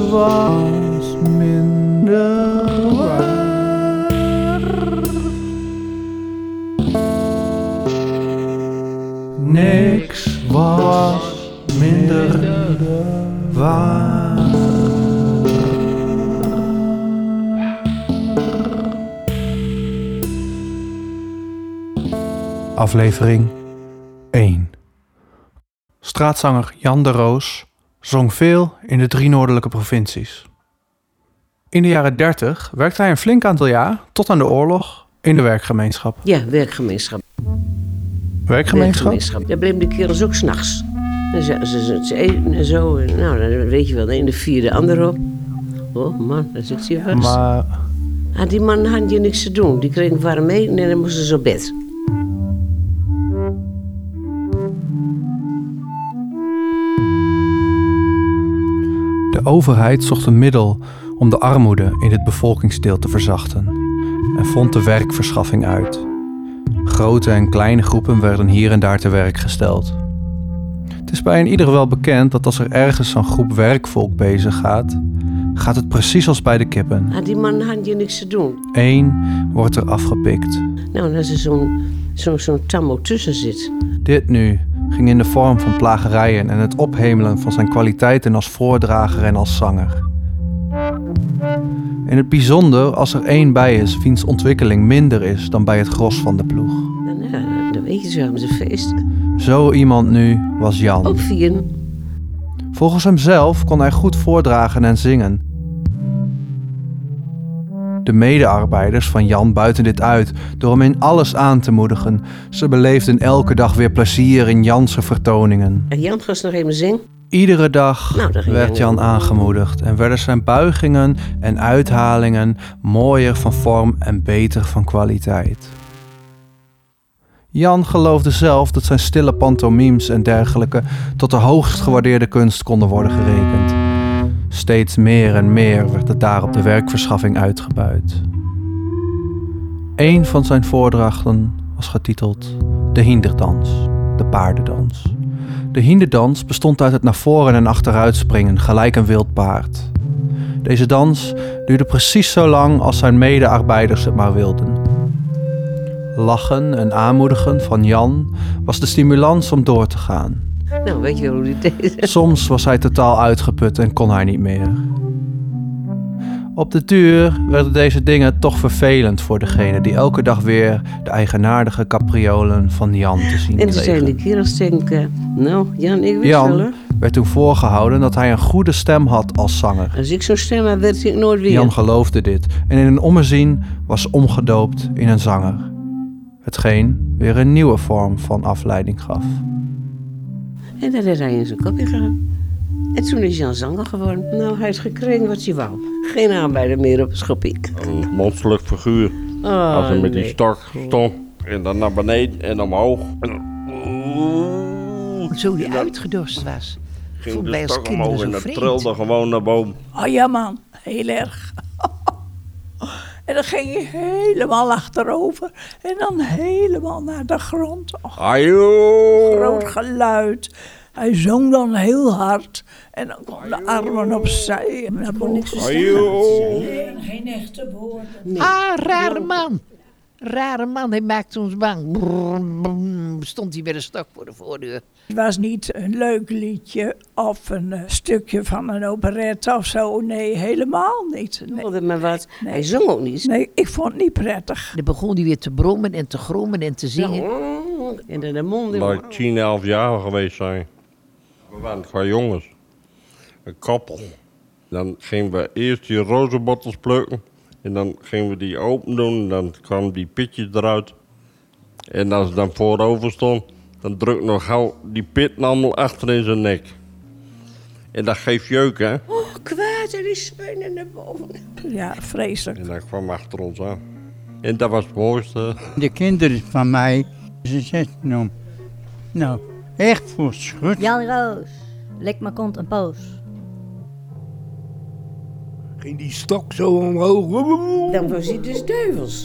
was minder waar. Niks was minder waar. Aflevering 1. Straatzanger Jan de Roos zong veel in de 3 noordelijke provincies. In de jaren 30 werkte hij een flink aantal jaar, tot aan de oorlog, in de werkgemeenschap. Ja, werkgemeenschap. Werkgemeenschap? Daar bleven de kerels ook 's nachts. Ze eten en zo. En nou, dan weet je wel, de ene vier de ander op. Oh man, daar zit hij vast. Maar Die man had hier niks te doen. Die kregen warm eten en dan moesten ze op bed. de overheid zocht een middel om de armoede in het bevolkingsdeel te verzachten en vond de werkverschaffing uit. Grote en kleine groepen werden hier en daar te werk gesteld. Het is bij een ieder wel bekend dat als er ergens zo'n groep werkvolk bezig gaat, gaat het precies als bij de kippen. Die man had hier niks te doen. Eén wordt er afgepikt. Nou, en als er zo'n tammo tussen zit. Dit nu ging in de vorm van plagerijen en het ophemelen van zijn kwaliteiten als voordrager en als zanger. In het bijzonder als er één bij is wiens ontwikkeling minder is dan bij het gros van de ploeg. Dan weet je, zo hebben ze feesten. Zo iemand nu was Jan. Ook vieren. Volgens hemzelf kon hij goed voordragen en zingen. De medearbeiders van Jan buiten dit uit door hem in alles aan te moedigen. Ze beleefden elke dag weer plezier in Janse vertoningen. En Jan gaat nog even zingen. Iedere dag ging werd Jan aangemoedigd en werden zijn buigingen en uithalingen mooier van vorm en beter van kwaliteit. Jan geloofde zelf dat zijn stille pantomimes en dergelijke tot de hoogst gewaardeerde kunst konden worden gerekend. Steeds meer en meer werd het daar op de werkverschaffing uitgebuit. Eén van zijn voordrachten was getiteld De Hinderdans, de paardendans. De hinderdans bestond uit het naar voren en achteruit springen, gelijk een wild paard. Deze dans duurde precies zo lang als zijn medearbeiders het maar wilden. Lachen en aanmoedigen van Jan was de stimulans om door te gaan. Nou, weet je wel hoe die deed? Soms was hij totaal uitgeput en kon hij niet meer. Op de duur werden deze dingen toch vervelend voor degene die elke dag weer de eigenaardige capriolen van Jan te zien En toen kregen. zeiden die kerels denken, nou Jan, ik weet Jan wel hoor. werd toen voorgehouden dat hij een goede stem had als zanger. Als ik zo'n stem had, werd ik nooit weer. Jan geloofde dit en in een ommezien was omgedoopt in een zanger. Hetgeen weer een nieuwe vorm van afleiding gaf. En dan had hij in zijn kopje gehad. En toen is Jan zanger geworden. Nou, hij heeft gekregen wat hij wou. Geen aanbijder meer op het schopiek. Een monsterlijk figuur. Als hij met die stok stond. En dan naar beneden en omhoog. Zo die uitgedost was. Ging Vond de wij als stok kinderen omhoog zo en dat vreemd. trilde gewoon naar boven. Oh ja man, heel erg. En dan ging je helemaal achterover en dan helemaal naar de grond. Oh, Ajoe! groot geluid. Hij zong dan heel hard en dan kwamen de armen opzij en naar boven. Ajoe! Geen echte woorden. Rare man. Rare man, hij maakte ons bang. Brrr, brrr, stond hij met een stok voor de voordeur. Het was niet een leuk liedje of een stukje van een operette of zo. Nee, helemaal niet. Nee. Maar wat, Nee. hij zong ook niet. Nee, ik vond het niet prettig. Dan begon hij weer te brommen en te grommen en te zingen. En dan de mond. Laat 10, 11 jaar geweest zijn. We waren gewoon jongens. Een koppel. Dan gingen we eerst die rozenbottels plukken. En dan gingen we die open doen. Dan kwamen die pitjes eruit. En als het dan voorover stond, dan drukte nog gauw die pit allemaal achter in zijn nek. En dat geeft jeuk, hè? Oh, kwaad en die speunen naar boven. Ja, vreselijk. En dat kwam achter ons aan. En dat was het mooiste. De kinderen van mij, ze zetten hem. Nou, echt voor schut. Jan Roos, lik mijn kont een poos. Ging die stok zo omhoog. Dan was hij dus duivels.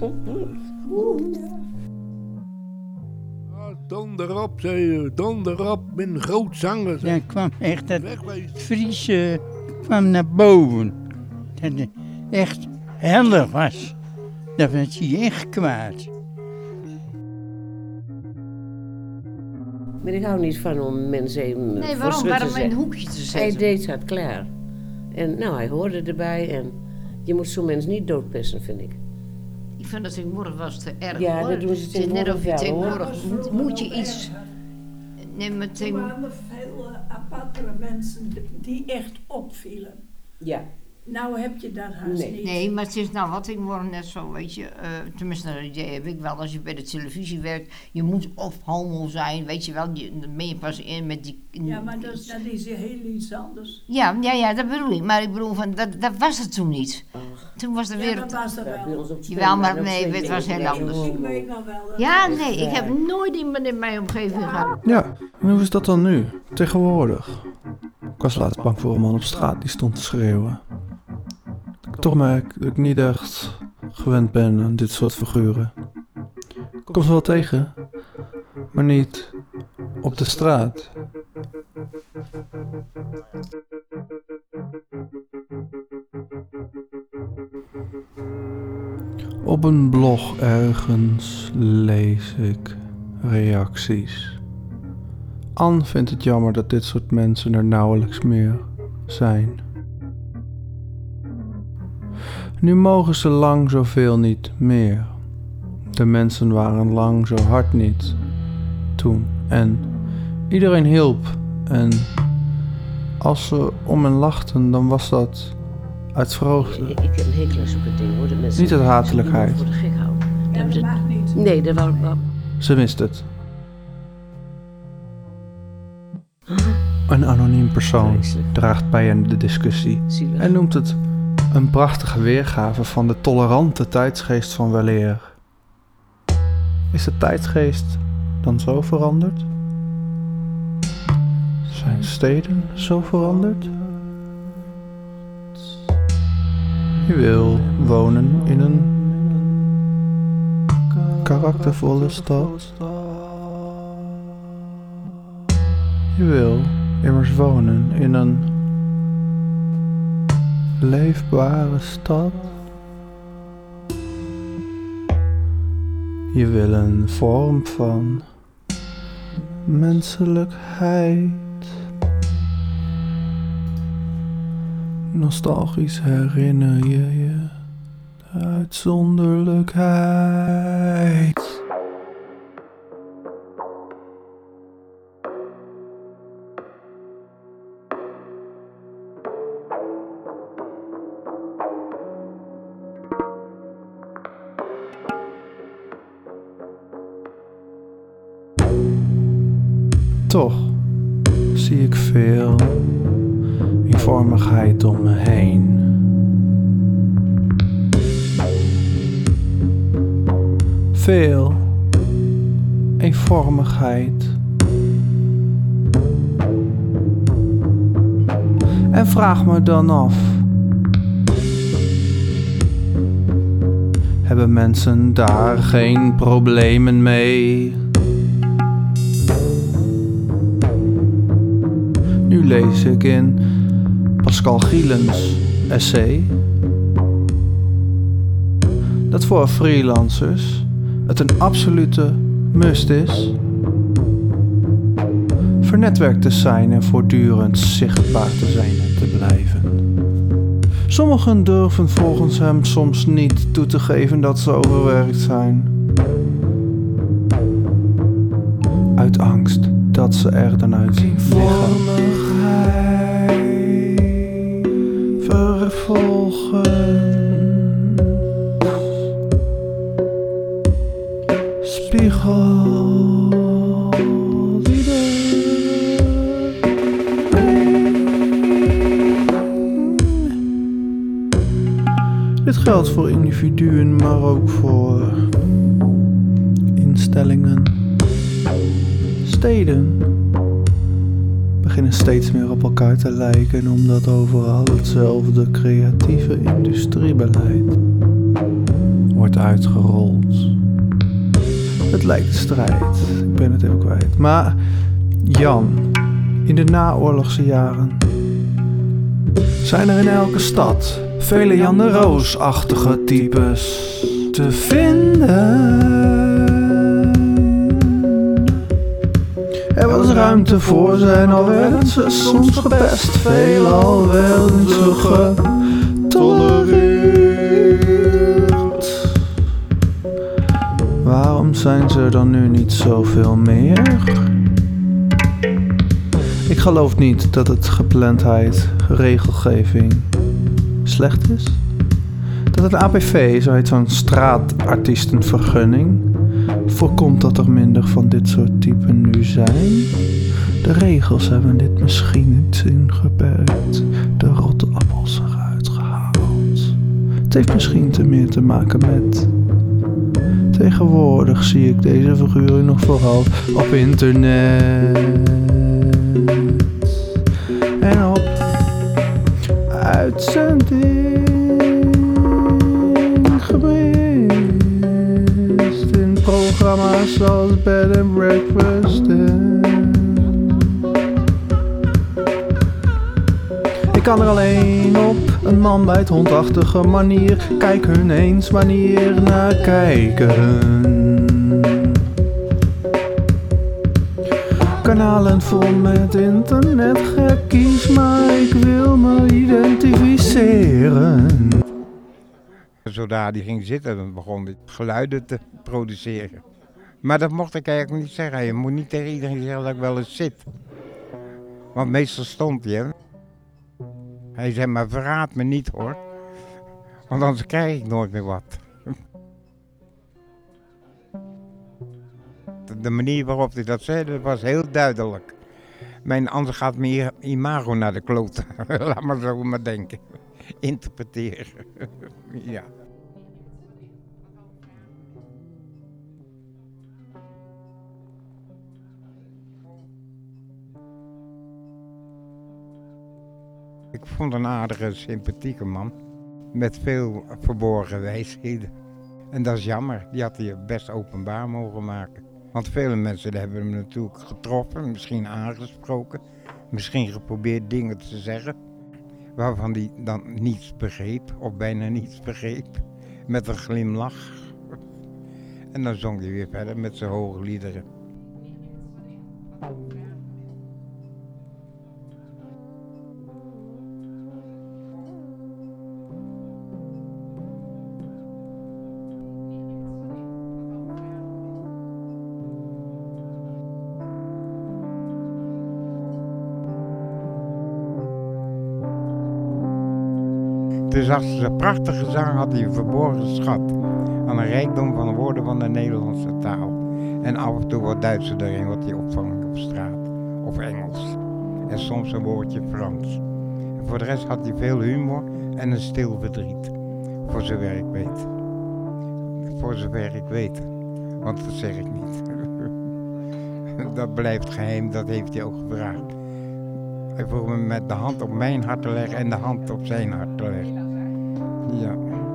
Donder op, zei je. Donder op, ik ben een groot zanger. Dan kwam echt dat Wegwezen. Friese kwam naar boven. Dat het echt helder was. Dat was hij echt kwaad. Maar ik hou niet van om mensen even Nee, voor waarom? schut te Waarom in zetten. een hoekje te Hij zetten? deed het klaar. En nou, hij hoorde erbij en je moet zo'n mens niet doodpissen, vind ik. Ik vind dat tegenwoordig was te erg. Ja, hoor. dat doen ze Het is net tegenwoordig of je wel, tegenwoordig moet je iets. Nee, maar Er waren veel apartere mensen die echt opvielen. Ja. Nou heb je dat haast Nee. niet. Nee, maar het is nou wat tegenwoordig net zo, weet je. Tenminste, dat idee heb ik wel. Als je bij de televisie werkt, je moet of homo zijn, weet je wel. Dan ben je pas in met die... Ja, maar dat is heel iets anders. Ja, dat bedoel ik. Maar ik bedoel, dat was het toen niet. Toen was de Ja, wereld... dat was er Ja, bij wel. ons op school Jawel, maar waren ook nee, twee het was dingen. heel anders. Ik weet nog wel dat. Ja, nee, ik heb nooit iemand in mijn omgeving gehad. Ja, en hoe is dat dan nu? Tegenwoordig. Ik was laatst bang voor een man op straat die stond te schreeuwen. Ik toch merk dat ik niet echt gewend ben aan dit soort figuren. Ik kom ze wel tegen, maar niet op de straat. Op een blog ergens lees ik reacties. Anne vindt het jammer dat dit soort mensen er nauwelijks meer zijn. Nu mogen ze lang zoveel niet meer. De mensen waren lang zo hard niet toen. En iedereen hielp. En als ze om hen lachten, dan was dat uit vreugde. Ik heb een hekel aan zulke dingen, hoor. Dat mensen Niet uit hatelijkheid. voor de gek houden. Ja, dat mag niet. Nee, dat wou Ze mist het. Een anoniem persoon draagt bij aan de discussie zielig. en noemt het een prachtige weergave van de tolerante tijdsgeest van weleer. Is de tijdsgeest dan zo veranderd? Zijn steden zo veranderd? Je wil wonen in een karaktervolle stad. Je wil immers wonen in een leefbare stad. Je wil een vorm van menselijkheid. Nostalgisch herinner je je de uitzonderlijkheid. Toch zie ik veel eenvormigheid om me heen. Veel eenvormigheid. En vraag me dan af: hebben mensen daar geen problemen mee? Nu lees ik in Pascal Gielens essay dat voor freelancers het een absolute must is vernetwerkt te zijn en voortdurend zichtbaar te zijn en te blijven. Sommigen durven volgens hem soms niet toe te geven dat ze overwerkt zijn. Uit angst dat ze er dan uit liggen. Vervolgens spiegel dit geldt voor individuen, maar ook voor instellingen. Steden beginnen steeds meer op elkaar te lijken, omdat overal hetzelfde creatieve industriebeleid wordt uitgerold. Het lijkt strijd, ik ben het even kwijt. Maar Jan, in de naoorlogse jaren zijn er in elke stad vele Jan de Roos-achtige types te vinden. Er was ruimte voor ze en al werden ze soms gepest, veelal werden ze getolereerd. Waarom zijn ze dan nu niet zoveel meer? Ik geloof niet dat het geplandheid, regelgeving, slecht is. Dat het APV, zo heet zo'n straatartiestenvergunning, voorkomt dat er minder van dit soort typen nu zijn. De regels hebben dit misschien niet ingeperkt, de rotte appels eruit gehaald. Het heeft misschien meer te maken met... Tegenwoordig zie ik deze figuren nog vooral op internet en op uitzending geweest in programma's zoals Bed and Breakfast. Ik kan er alleen op een man bij het hondachtige manier. Kijk hun eens wanneer naar kijken. Kanalen vol met internetgekkies, maar ik wil me identificeren. Zodra die ging zitten, dan begon hij geluiden te produceren. Maar dat mocht ik eigenlijk niet zeggen. Je moet niet tegen iedereen zeggen dat ik wel eens zit. Want meestal stond hij, hè. Hij zei, maar verraad me niet hoor. Want anders krijg ik nooit meer wat. De manier waarop hij dat zei, dat was heel duidelijk. Anders gaat mijn imago naar de klote. Laat maar zo maar denken. Interpreteren. Ja. Ik vond een aardige, sympathieke man. Met veel verborgen wijsheden. En dat is jammer, die had hij best openbaar mogen maken. Want vele mensen hebben hem natuurlijk getroffen, misschien aangesproken. Misschien geprobeerd dingen te zeggen waarvan hij dan niets begreep, of bijna niets begreep. Met een glimlach. En dan zong hij weer verder met zijn hoge liederen. Dus als zijn prachtige zang had hij een verborgen schat aan een rijkdom van woorden van de Nederlandse taal. En af en toe wat Duits erin wat hij opvang op straat, of Engels. En soms een woordje Frans. En voor de rest had hij veel humor en een stil verdriet. Voor zover ik weet. Voor zover ik weet. Want dat zeg ik niet. Dat blijft geheim, dat heeft hij ook gevraagd. Hij vroeg me met de hand op mijn hart te leggen en de hand op zijn hart te leggen. Ja.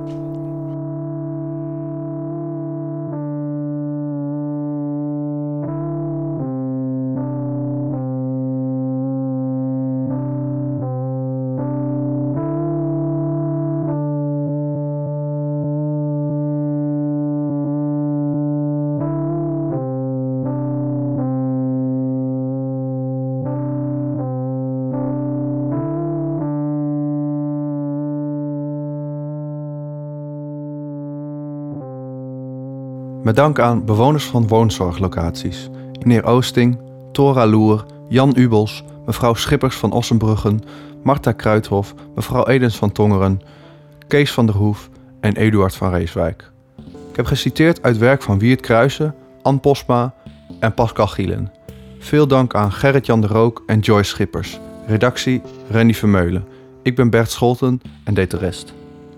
Met dank aan bewoners van woonzorglocaties. Meneer Oosting, Thora Loer, Jan Ubels, mevrouw Schippers van Ossenbruggen, Marta Kruithof, mevrouw Edens van Tongeren, Kees van der Hoef en Eduard van Reeswijk. Ik heb geciteerd uit werk van Wiert Kruijsen, Ann Posma en Pascal Gielen. Veel dank aan Gerrit-Jan de Rook en Joyce Schippers. Redactie Renny Vermeulen. Ik ben Bert Scholten en deed de rest.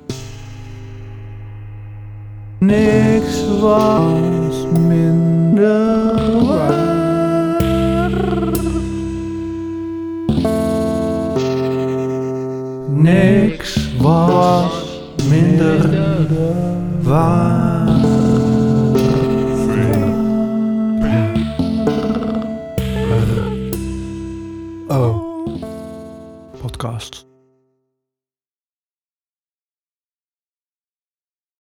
Niks was minder waar. Niks was minder waar. Oh, podcast.